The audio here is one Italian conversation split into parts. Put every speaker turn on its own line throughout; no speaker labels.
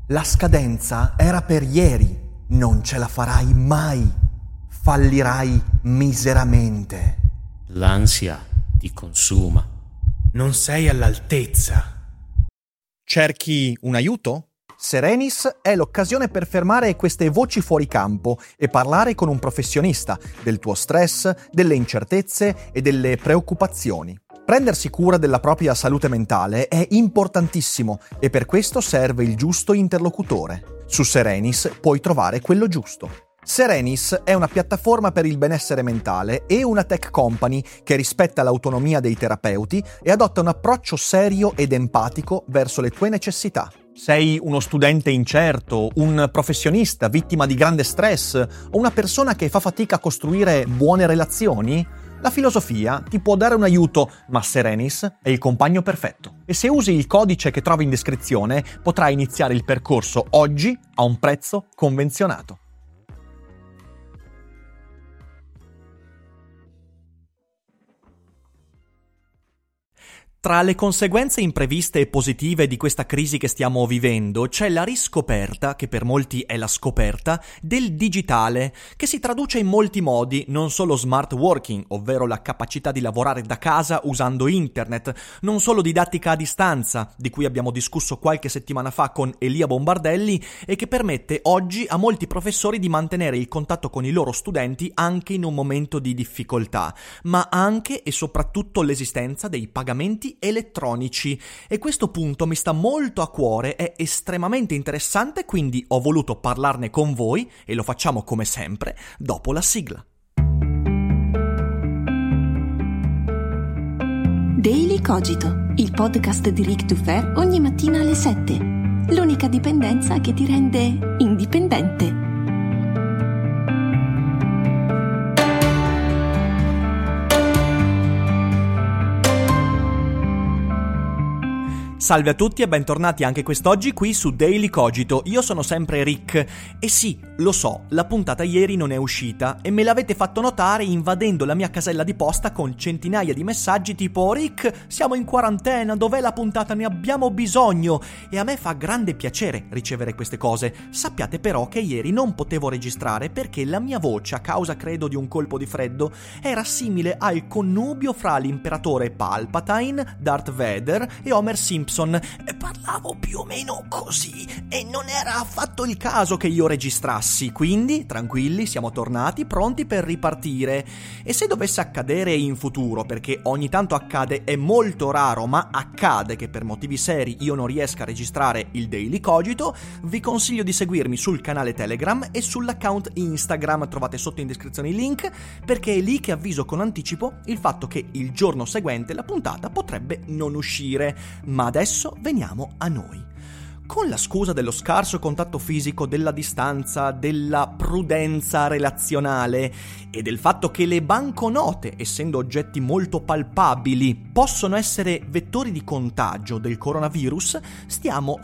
La scadenza era per ieri, non ce la farai mai, fallirai miseramente.
L'ansia ti consuma.
Non sei all'altezza.
Cerchi un aiuto? Serenis è l'occasione per fermare queste voci fuori campo e parlare con un professionista del tuo stress, delle incertezze e delle preoccupazioni. Prendersi cura della propria salute mentale è importantissimo e per questo serve il giusto interlocutore. Su Serenis puoi trovare quello giusto. Serenis è una piattaforma per il benessere mentale e una tech company che rispetta l'autonomia dei terapeuti e adotta un approccio serio ed empatico verso le tue necessità. Sei uno studente incerto, un professionista vittima di grande stress o una persona che fa fatica a costruire buone relazioni? La filosofia ti può dare un aiuto, ma Serenis è il compagno perfetto. E se usi il codice che trovi in descrizione, potrai iniziare il percorso oggi a un prezzo convenzionato. Tra le conseguenze impreviste e positive di questa crisi che stiamo vivendo c'è la riscoperta, che per molti è la scoperta, del digitale, che si traduce in molti modi, non solo smart working, ovvero la capacità di lavorare da casa usando internet, non solo didattica a distanza, di cui abbiamo discusso qualche settimana fa con Elia Bombardelli e che permette oggi a molti professori di mantenere il contatto con i loro studenti anche in un momento di difficoltà, ma anche e soprattutto l'esistenza dei pagamenti elettronici. E questo punto mi sta molto a cuore, è estremamente interessante, quindi ho voluto parlarne con voi e lo facciamo come sempre dopo la sigla.
Daily Cogito, il podcast di Rick Dufer ogni mattina alle 7. L'unica dipendenza che ti rende indipendente.
Salve a tutti e bentornati anche quest'oggi qui su Daily Cogito. Io sono sempre Rick e sì, lo so, la puntata ieri non è uscita e me l'avete fatto notare invadendo la mia casella di posta con centinaia di messaggi tipo «Rick, siamo in quarantena, dov'è la puntata? Ne abbiamo bisogno!» E a me fa grande piacere ricevere queste cose. Sappiate però che ieri non potevo registrare perché la mia voce, a causa credo di un colpo di freddo, era simile al connubio fra l'imperatore Palpatine, Darth Vader e Homer Simpson. Parlavo più o meno così e non era affatto il caso che io registrassi, quindi tranquilli, siamo tornati pronti per ripartire. E se dovesse accadere in futuro, perché ogni tanto accade, è molto raro ma accade che per motivi seri io non riesca a registrare il Daily Cogito, vi consiglio di seguirmi sul canale Telegram e sull'account Instagram, trovate sotto in descrizione il link, perché è lì che avviso con anticipo il fatto che il giorno seguente la puntata potrebbe non uscire. Ma adesso veniamo a noi. Con la scusa dello scarso contatto fisico, della distanza, della prudenza relazionale e del fatto che le banconote, essendo oggetti molto palpabili, possono essere vettori di contagio del coronavirus, stiamo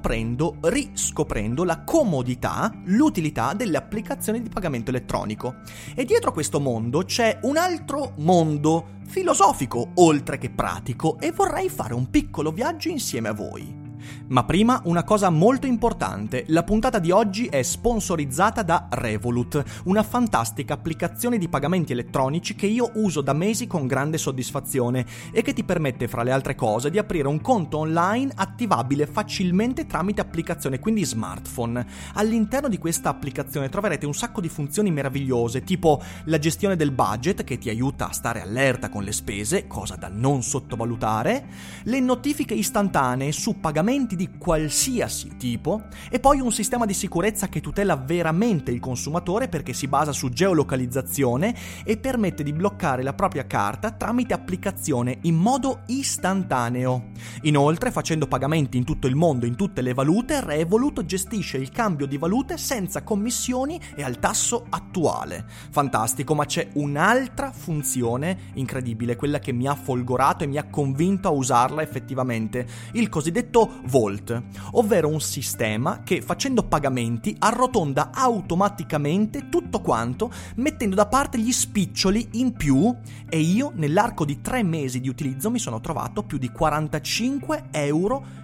riscoprendo la comodità, l'utilità delle applicazioni di pagamento elettronico. E dietro questo mondo c'è un altro mondo filosofico, oltre che pratico, e vorrei fare un piccolo viaggio insieme a voi. Ma prima una cosa molto importante, la puntata di oggi è sponsorizzata da Revolut, una fantastica applicazione di pagamenti elettronici che io uso da mesi con grande soddisfazione e che ti permette, fra le altre cose, di aprire un conto online attivabile facilmente tramite applicazione, quindi smartphone. All'interno di questa applicazione troverete un sacco di funzioni meravigliose, tipo la gestione del budget che ti aiuta a stare allerta con le spese, cosa da non sottovalutare, le notifiche istantanee su pagamenti di qualsiasi tipo e poi un sistema di sicurezza che tutela veramente il consumatore perché si basa su geolocalizzazione e permette di bloccare la propria carta tramite applicazione in modo istantaneo. Inoltre, facendo pagamenti in tutto il mondo in tutte le valute, Revolut gestisce il cambio di valute senza commissioni e al tasso attuale. Fantastico, ma c'è un'altra funzione incredibile, quella che mi ha folgorato e mi ha convinto a usarla effettivamente, il cosiddetto Volt, ovvero un sistema che facendo pagamenti arrotonda automaticamente tutto quanto, mettendo da parte gli spiccioli in più, e io nell'arco di 3 mesi di utilizzo mi sono trovato più di 45 euro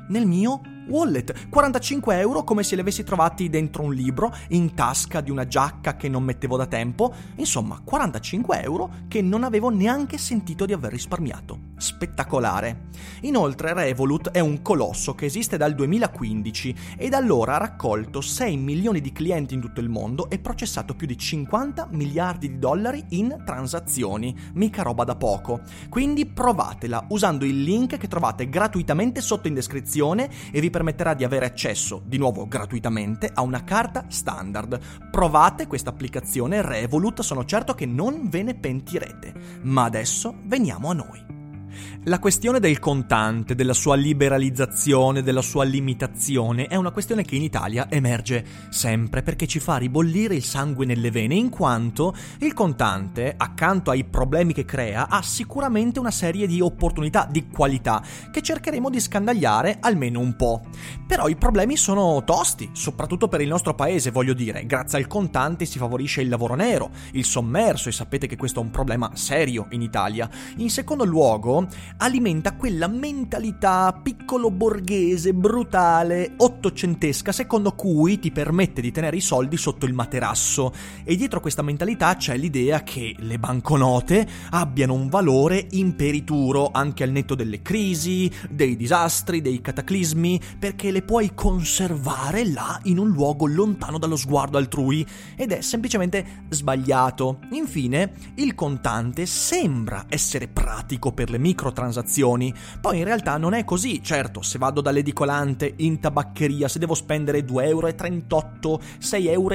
nel mio wallet. 45 euro come se li avessi trovati dentro un libro, in tasca di una giacca che non mettevo da tempo. Insomma, 45 euro che non avevo neanche sentito di aver risparmiato. Spettacolare. Inoltre Revolut è un colosso che esiste dal 2015 e da allora ha raccolto 6 milioni di clienti in tutto il mondo e processato più di 50 miliardi di dollari in transazioni. Mica roba da poco. Quindi provatela usando il link che trovate gratuitamente sotto in descrizione e vi permetterà di avere accesso, di nuovo gratuitamente, a una carta standard. Provate questa applicazione Revolut, sono certo che non ve ne pentirete. Ma adesso veniamo a noi. La questione del contante, della sua liberalizzazione, della sua limitazione è una questione che in Italia emerge sempre perché ci fa ribollire il sangue nelle vene, in quanto il contante, accanto ai problemi che crea, ha sicuramente una serie di opportunità di qualità che cercheremo di scandagliare almeno un po'. Però i problemi sono tosti, soprattutto per il nostro paese, voglio dire. Grazie al contante si favorisce il lavoro nero, il sommerso, e sapete che questo è un problema serio in Italia. In secondo luogo, alimenta quella mentalità piccolo borghese, brutale, ottocentesca, secondo cui ti permette di tenere i soldi sotto il materasso. E dietro questa mentalità c'è l'idea che le banconote abbiano un valore imperituro anche al netto delle crisi, dei disastri, dei cataclismi, perché le puoi conservare là in un luogo lontano dallo sguardo altrui, ed è semplicemente sbagliato. Infine, il contante sembra essere pratico per le microtransazioni, poi in realtà non è così. Certo, se vado dall'edicolante in tabaccheria, se devo spendere 2,38 euro, 6,40 euro,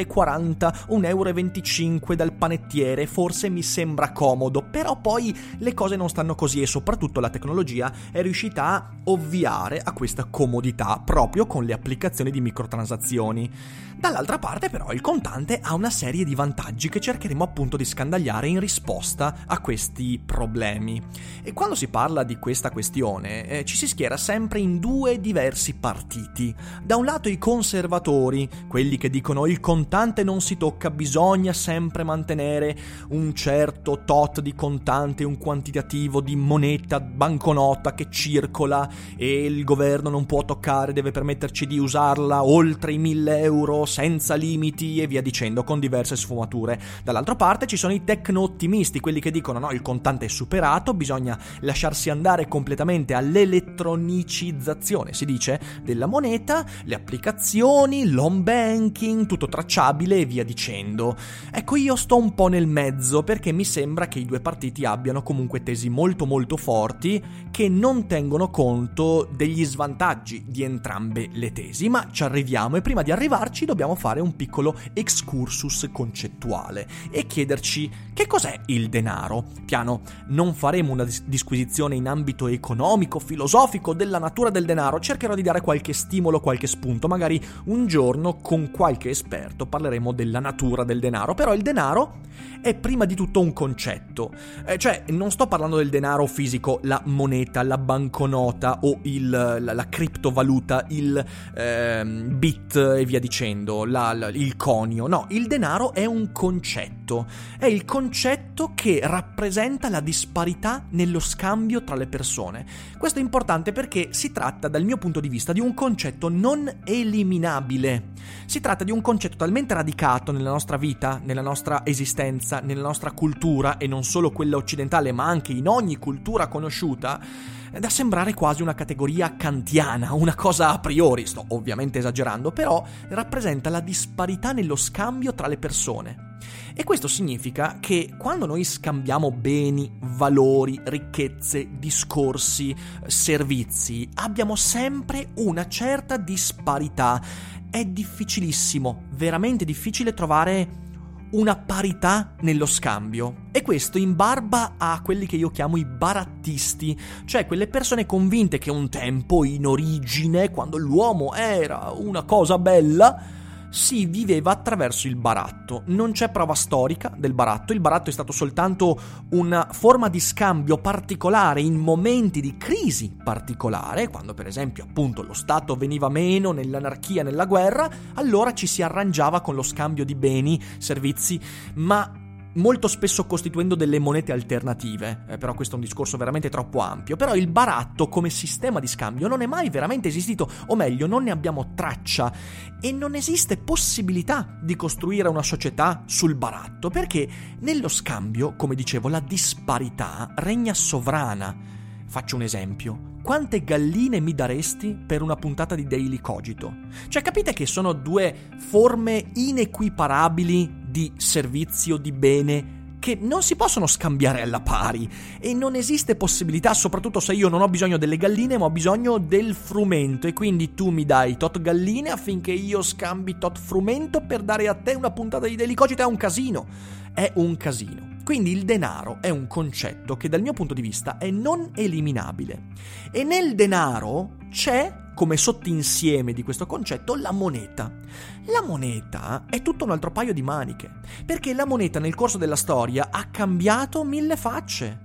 1,25 euro dal panettiere, forse mi sembra comodo, però poi le cose non stanno così e soprattutto la tecnologia è riuscita a ovviare a questa comodità proprio con le applicazioni di microtransazioni. Dall'altra parte però il contante ha una serie di vantaggi che cercheremo appunto di scandagliare in risposta a questi problemi. E quando si parla di questa questione ci si schiera sempre in due diversi partiti. Da un lato i conservatori, quelli che dicono il contante non si tocca, bisogna sempre mantenere un certo tot di contante, un quantitativo di moneta, banconota che circola e il governo non può toccare, deve permetterci di usarla oltre i 1.000 euro senza limiti e via dicendo, con diverse sfumature. Dall'altra parte ci sono i tecno-ottimisti, quelli che dicono no, il contante è superato, bisogna lasciarsi andare completamente all'elettronicizzazione, si dice, della moneta, le applicazioni, l'home banking, tutto tracciabile e via dicendo. Ecco, io sto un po' nel mezzo perché mi sembra che i due partiti abbiano comunque tesi molto molto forti che non tengono conto degli svantaggi di entrambe le tesi, ma ci arriviamo e prima di arrivarci dobbiamo fare un piccolo excursus concettuale e chiederci che cos'è il denaro. Piano, non faremo una disquisizione in ambito economico, filosofico della natura del denaro, cercherò di dare qualche stimolo, qualche spunto, magari un giorno con qualche esperto parleremo della natura del denaro, però il denaro è prima di tutto un concetto, cioè non sto parlando del denaro fisico, la moneta, la banconota o la criptovaluta, il bit e via dicendo, il conio, no, il denaro è un concetto, è il concetto che rappresenta la disparità nello scambio tra le persone. Questo è importante perché si tratta, dal mio punto di vista, di un concetto non eliminabile. Si tratta di un concetto talmente radicato nella nostra vita, nella nostra esistenza, nella nostra cultura, e non solo quella occidentale, ma anche in ogni cultura conosciuta, da sembrare quasi una categoria kantiana, una cosa a priori. Sto ovviamente esagerando, però rappresenta la disparità nello scambio tra le persone. E questo significa che quando noi scambiamo beni, valori, ricchezze, discorsi, servizi, abbiamo sempre una certa disparità. È difficilissimo, veramente difficile trovare una parità nello scambio, e questo in barba a quelli che io chiamo i barattisti, cioè quelle persone convinte che un tempo, in origine, quando l'uomo era una cosa bella, si viveva attraverso il baratto. Non c'è prova storica del baratto, il baratto è stato soltanto una forma di scambio particolare in momenti di crisi particolare, quando per esempio appunto lo Stato veniva meno, nell'anarchia, nella guerra, allora ci si arrangiava con lo scambio di beni, servizi, ma molto spesso costituendo delle monete alternative, però questo è un discorso veramente troppo ampio. Però il baratto come sistema di scambio non è mai veramente esistito, o meglio, non ne abbiamo traccia, e non esiste possibilità di costruire una società sul baratto, perché nello scambio, come dicevo, la disparità regna sovrana. Faccio un esempio. Quante galline mi daresti per una puntata di Daily Cogito? Cioè, capite che sono due forme inequiparabili di servizio, di bene, che non si possono scambiare alla pari, e non esiste possibilità, soprattutto se io non ho bisogno delle galline ma ho bisogno del frumento, e quindi tu mi dai tot galline affinché io scambi tot frumento per dare a te una puntata di Daily Cogito. È un casino. Quindi il denaro è un concetto che dal mio punto di vista è non eliminabile, e nel denaro c'è, come sottinsieme di questo concetto, la moneta. La moneta è tutto un altro paio di maniche, perché la moneta nel corso della storia ha cambiato 1000 facce,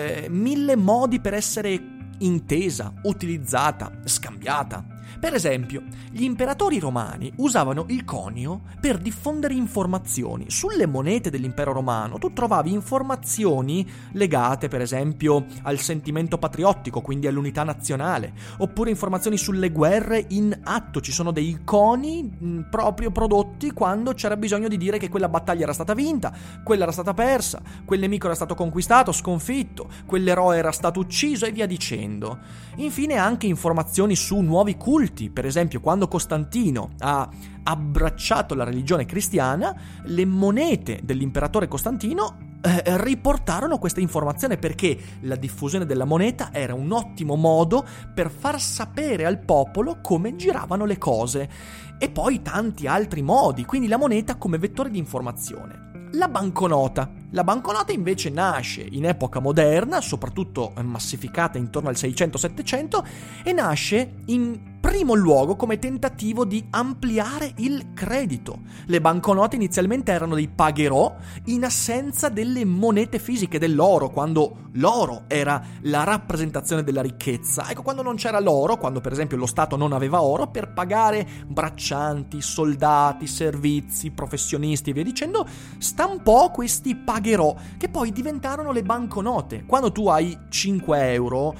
1000 modi per essere intesa, utilizzata, scambiata. Per esempio, gli imperatori romani usavano il conio per diffondere informazioni. Sulle monete dell'impero romano tu trovavi informazioni legate, per esempio, al sentimento patriottico, quindi all'unità nazionale, oppure informazioni sulle guerre in atto. Ci sono dei coni proprio prodotti quando c'era bisogno di dire che quella battaglia era stata vinta, quella era stata persa, quel nemico era stato conquistato, sconfitto, quell'eroe era stato ucciso, e via dicendo. Infine anche informazioni su nuovi culti. Per esempio, quando Costantino ha abbracciato la religione cristiana, le monete dell'imperatore Costantino riportarono questa informazione, perché la diffusione della moneta era un ottimo modo per far sapere al popolo come giravano le cose, e poi tanti altri modi, quindi la moneta come vettore di informazione. La banconota invece nasce in epoca moderna, soprattutto massificata intorno al 600-700, e nasce in primo luogo come tentativo di ampliare il credito. Le banconote inizialmente erano dei pagherò in assenza delle monete fisiche, dell'oro, quando l'oro era la rappresentazione della ricchezza. Ecco, quando non c'era l'oro, quando per esempio lo Stato non aveva oro, per pagare braccianti, soldati, servizi, professionisti e via dicendo, stampò questi pagherò, che poi diventarono le banconote. Quando tu hai 5 euro,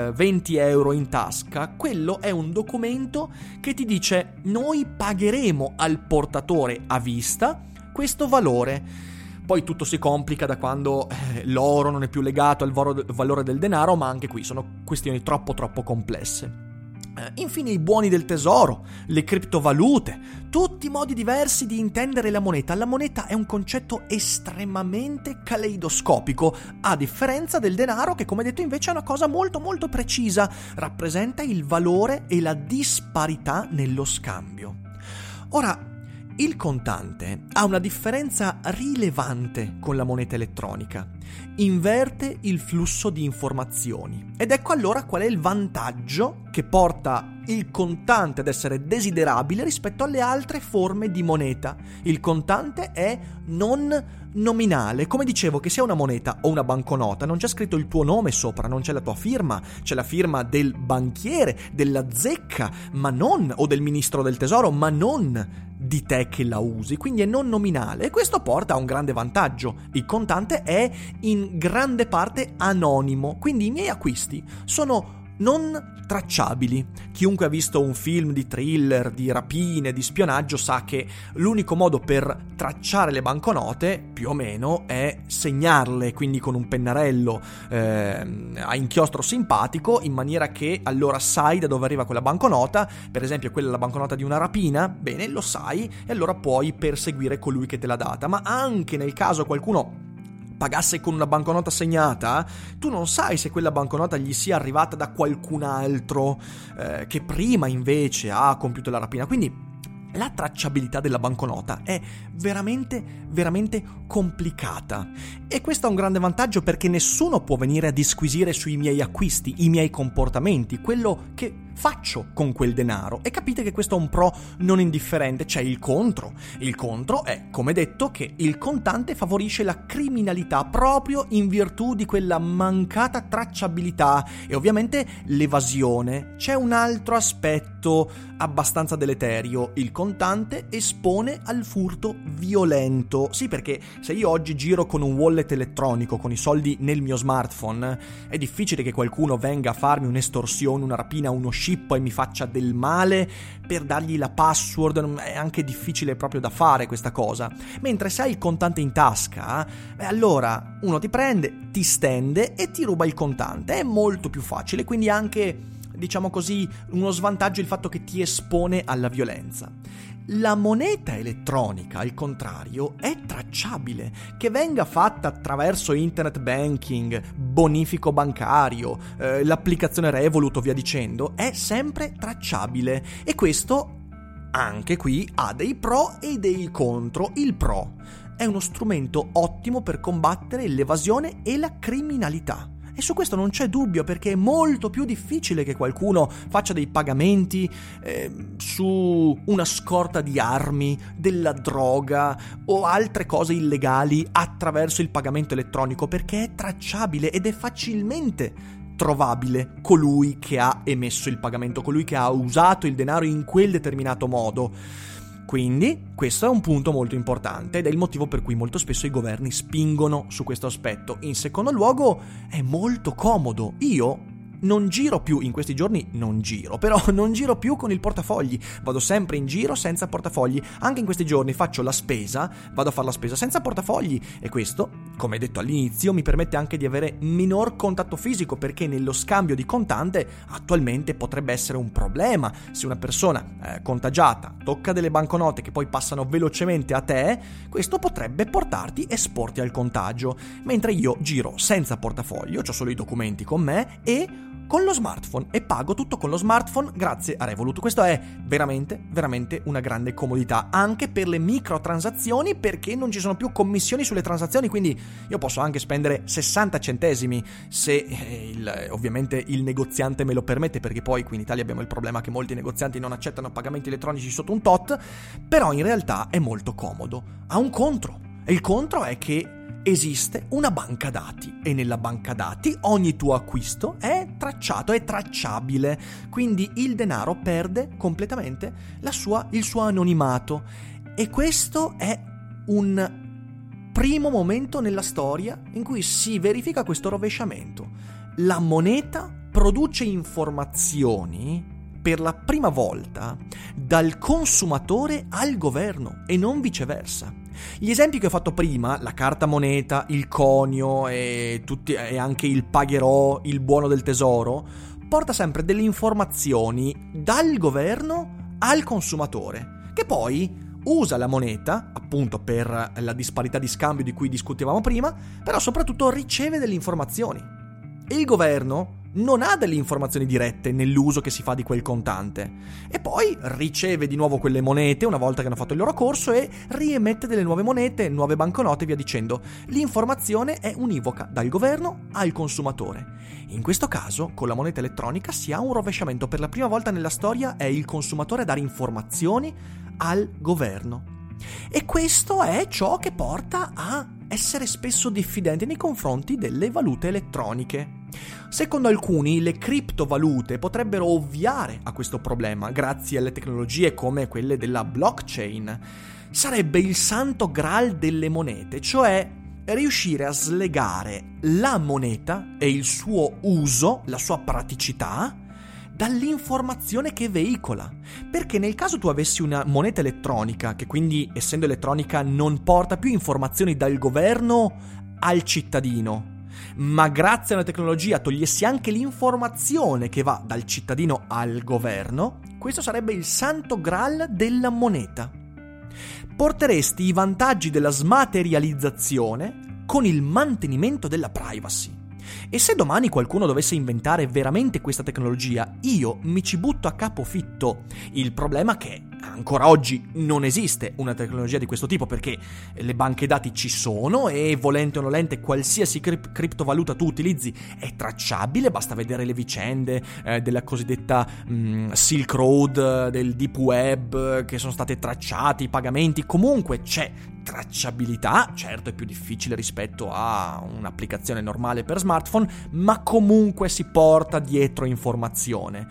20 euro in tasca, quello è un documento che ti dice: noi pagheremo al portatore a vista questo valore. Poi tutto si complica da quando l'oro non è più legato al valore del denaro, ma anche qui sono questioni troppo complesse. Infine i buoni del tesoro, le criptovalute, tutti modi diversi di intendere la moneta. La moneta è un concetto estremamente caleidoscopico, a differenza del denaro che, come detto, invece è una cosa molto precisa, rappresenta il valore e la disparità nello scambio. Ora, il contante ha una differenza rilevante con la moneta elettronica. Inverte il flusso di informazioni. Ed ecco allora qual è il vantaggio che porta il contante ad essere desiderabile rispetto alle altre forme di moneta. Il contante è non nominale. Come dicevo, che sia una moneta o una banconota, non c'è scritto il tuo nome sopra, non c'è la tua firma, c'è la firma del banchiere, della zecca, ma non, o del ministro del tesoro, ma non di te che la usi, quindi è non nominale, e questo porta a un grande vantaggio. Il contante è in grande parte anonimo, quindi i miei acquisti sono non tracciabili. Chiunque ha visto un film di thriller, di rapine, di spionaggio sa che l'unico modo per tracciare le banconote, più o meno, è segnarle, quindi con un pennarello a inchiostro simpatico, in maniera che allora sai da dove arriva quella banconota. Per esempio, quella è la banconota di una rapina, bene, lo sai, e allora puoi perseguire colui che te l'ha data. Ma anche nel caso qualcuno pagasse con una banconota segnata, tu non sai se quella banconota gli sia arrivata da qualcun altro che prima invece ha compiuto la rapina. Quindi la tracciabilità della banconota è veramente complicata, e questo ha un grande vantaggio, perché nessuno può venire a disquisire sui miei acquisti, i miei comportamenti, quello che faccio con quel denaro? E capite che questo è un pro non indifferente. C'è il contro. Il contro è, come detto, che il contante favorisce la criminalità proprio in virtù di quella mancata tracciabilità e ovviamente l'evasione. C'è un altro aspetto abbastanza deleterio. Il contante espone al furto violento. Sì, perché se io oggi giro con un wallet elettronico, con i soldi nel mio smartphone, è difficile che qualcuno venga a farmi un'estorsione, una rapina, uno scippo e mi faccia del male per dargli la password. È anche difficile proprio da fare questa cosa. Mentre se hai il contante in tasca, allora uno ti prende, ti stende e ti ruba il contante. È molto più facile, quindi anche, diciamo così, uno svantaggio il fatto che ti espone alla violenza. La moneta elettronica, al contrario, è tracciabile. Che venga fatta attraverso internet banking, bonifico bancario, l'applicazione Revolut o via dicendo, è sempre tracciabile. E questo, anche qui, ha dei pro e dei contro. Il pro: è uno strumento ottimo per combattere l'evasione e la criminalità. E su questo non c'è dubbio, perché è molto più difficile che qualcuno faccia dei pagamenti su una scorta di armi, della droga o altre cose illegali attraverso il pagamento elettronico, perché è tracciabile ed è facilmente trovabile colui che ha emesso il pagamento, colui che ha usato il denaro in quel determinato modo. Quindi questo è un punto molto importante ed è il motivo per cui molto spesso i governi spingono su questo aspetto. In secondo luogo, è molto comodo. Io non giro più, in questi giorni non giro più con il portafogli, vado sempre in giro senza portafogli. Anche in questi giorni faccio la spesa, vado a fare la spesa senza portafogli, e questo, come detto all'inizio, mi permette anche di avere minor contatto fisico, perché nello scambio di contante attualmente potrebbe essere un problema. Se una persona contagiata tocca delle banconote che poi passano velocemente a te, questo potrebbe portarti, esporti al contagio, mentre io giro senza portafoglio, ho solo i documenti con me e con lo smartphone, e pago tutto con lo smartphone grazie a Revolut. Questo è veramente, veramente una grande comodità, anche per le microtransazioni, perché non ci sono più commissioni sulle transazioni, quindi io posso anche spendere 60 centesimi se ovviamente il negoziante me lo permette, perché poi qui in Italia abbiamo il problema che molti negozianti non accettano pagamenti elettronici sotto un tot, però in realtà è molto comodo. Ha un contro, e il contro è che esiste una banca dati, e nella banca dati ogni tuo acquisto è tracciato, è tracciabile, quindi il denaro perde completamente il suo anonimato. E questo è un primo momento nella storia in cui si verifica questo rovesciamento. La moneta produce informazioni per la prima volta dal consumatore al governo e non viceversa. Gli esempi che ho fatto prima, la carta moneta, il conio e anche il pagherò, il buono del tesoro, porta sempre delle informazioni dal governo al consumatore, che poi usa la moneta, appunto per la disparità di scambio di cui discutevamo prima, però soprattutto riceve delle informazioni. E il governo non ha delle informazioni dirette nell'uso che si fa di quel contante, e poi riceve di nuovo quelle monete una volta che hanno fatto il loro corso e riemette delle nuove monete, nuove banconote e via dicendo. L'informazione è univoca dal governo al consumatore. In questo caso, con la moneta elettronica si ha un rovesciamento. Per la prima volta nella storia è il consumatore a dare informazioni al governo. E questo è ciò che porta a essere spesso diffidenti nei confronti delle valute elettroniche. Secondo alcuni, le criptovalute potrebbero ovviare a questo problema grazie alle tecnologie come quelle della blockchain. Sarebbe il santo graal delle monete, cioè riuscire a slegare la moneta e il suo uso, la sua praticità, dall'informazione che veicola. Perché nel caso tu avessi una moneta elettronica, che quindi, essendo elettronica, non porta più informazioni dal governo al cittadino, ma grazie alla tecnologia togliessi anche l'informazione che va dal cittadino al governo, questo sarebbe il santo graal della moneta. Porteresti i vantaggi della smaterializzazione con il mantenimento della privacy. E se domani qualcuno dovesse inventare veramente questa tecnologia, io mi ci butto a capofitto. Il problema è che ancora oggi non esiste una tecnologia di questo tipo, perché le banche dati ci sono e volente o nolente qualsiasi criptovaluta tu utilizzi è tracciabile, basta vedere le vicende della cosiddetta Silk Road, del Deep Web, che sono state tracciate, i pagamenti, comunque c'è tracciabilità. Certo è più difficile rispetto a un'applicazione normale per smartphone, ma comunque si porta dietro informazione.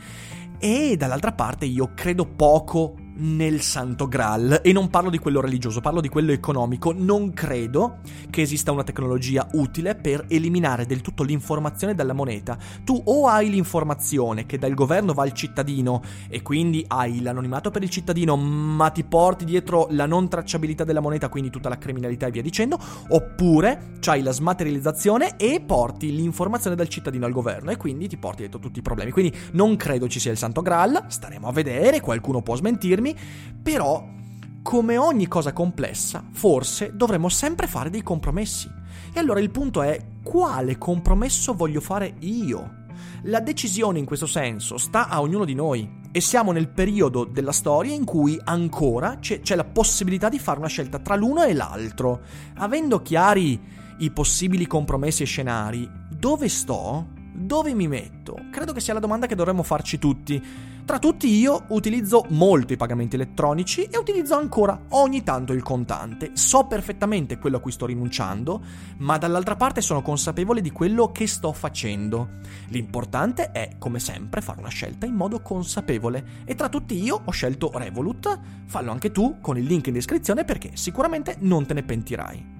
E dall'altra parte io credo poco nel Santo Graal, e non parlo di quello religioso, parlo di quello economico. Non credo che esista una tecnologia utile per eliminare del tutto l'informazione dalla moneta. Tu o hai l'informazione che dal governo va al cittadino e quindi hai l'anonimato per il cittadino, ma ti porti dietro la non tracciabilità della moneta, quindi tutta la criminalità e via dicendo, oppure c'hai la smaterializzazione e porti l'informazione dal cittadino al governo e quindi ti porti dietro tutti i problemi. Quindi non credo ci sia il Santo Graal, staremo a vedere, qualcuno può smentirmi. Però, come ogni cosa complessa, forse dovremmo sempre fare dei compromessi. E allora il punto è: quale compromesso voglio fare io? La decisione in questo senso sta a ognuno di noi, e siamo nel periodo della storia in cui ancora c'è la possibilità di fare una scelta tra l'uno e l'altro. Avendo chiari i possibili compromessi e scenari, dove sto? Dove mi metto? Credo che sia la domanda che dovremmo farci tutti. Tra tutti io utilizzo molto i pagamenti elettronici e utilizzo ancora ogni tanto il contante. So perfettamente quello a cui sto rinunciando, ma dall'altra parte sono consapevole di quello che sto facendo. L'importante è, come sempre, fare una scelta in modo consapevole. E tra tutti io ho scelto Revolut. Fallo anche tu con il link in descrizione, perché sicuramente non te ne pentirai.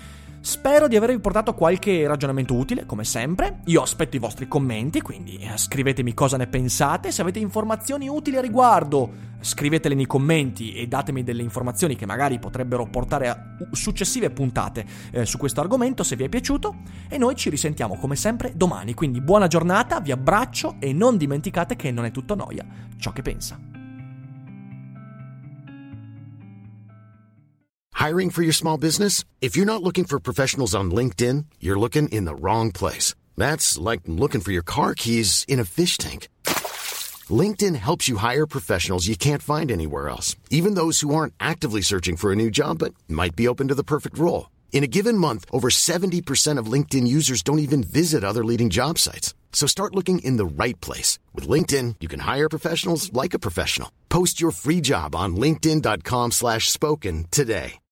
Spero di avervi portato qualche ragionamento utile, come sempre. Io aspetto i vostri commenti, quindi scrivetemi cosa ne pensate. Se avete informazioni utili a riguardo, scrivetele nei commenti e datemi delle informazioni che magari potrebbero portare a successive puntate su questo argomento, se vi è piaciuto. E noi ci risentiamo come sempre domani, quindi buona giornata, vi abbraccio e non dimenticate che non è tutto noia ciò che pensa.
Hiring for your small business? If you're not looking for professionals on LinkedIn, you're looking in the wrong place. That's like looking for your car keys in a fish tank. LinkedIn helps you hire professionals you can't find anywhere else, even those who aren't actively searching for a new job but might be open to the perfect role. In a given month, over 70% of LinkedIn users don't even visit other leading job sites. So start looking in the right place. With LinkedIn, you can hire professionals like a professional. Post your free job on linkedin.com/spoken today.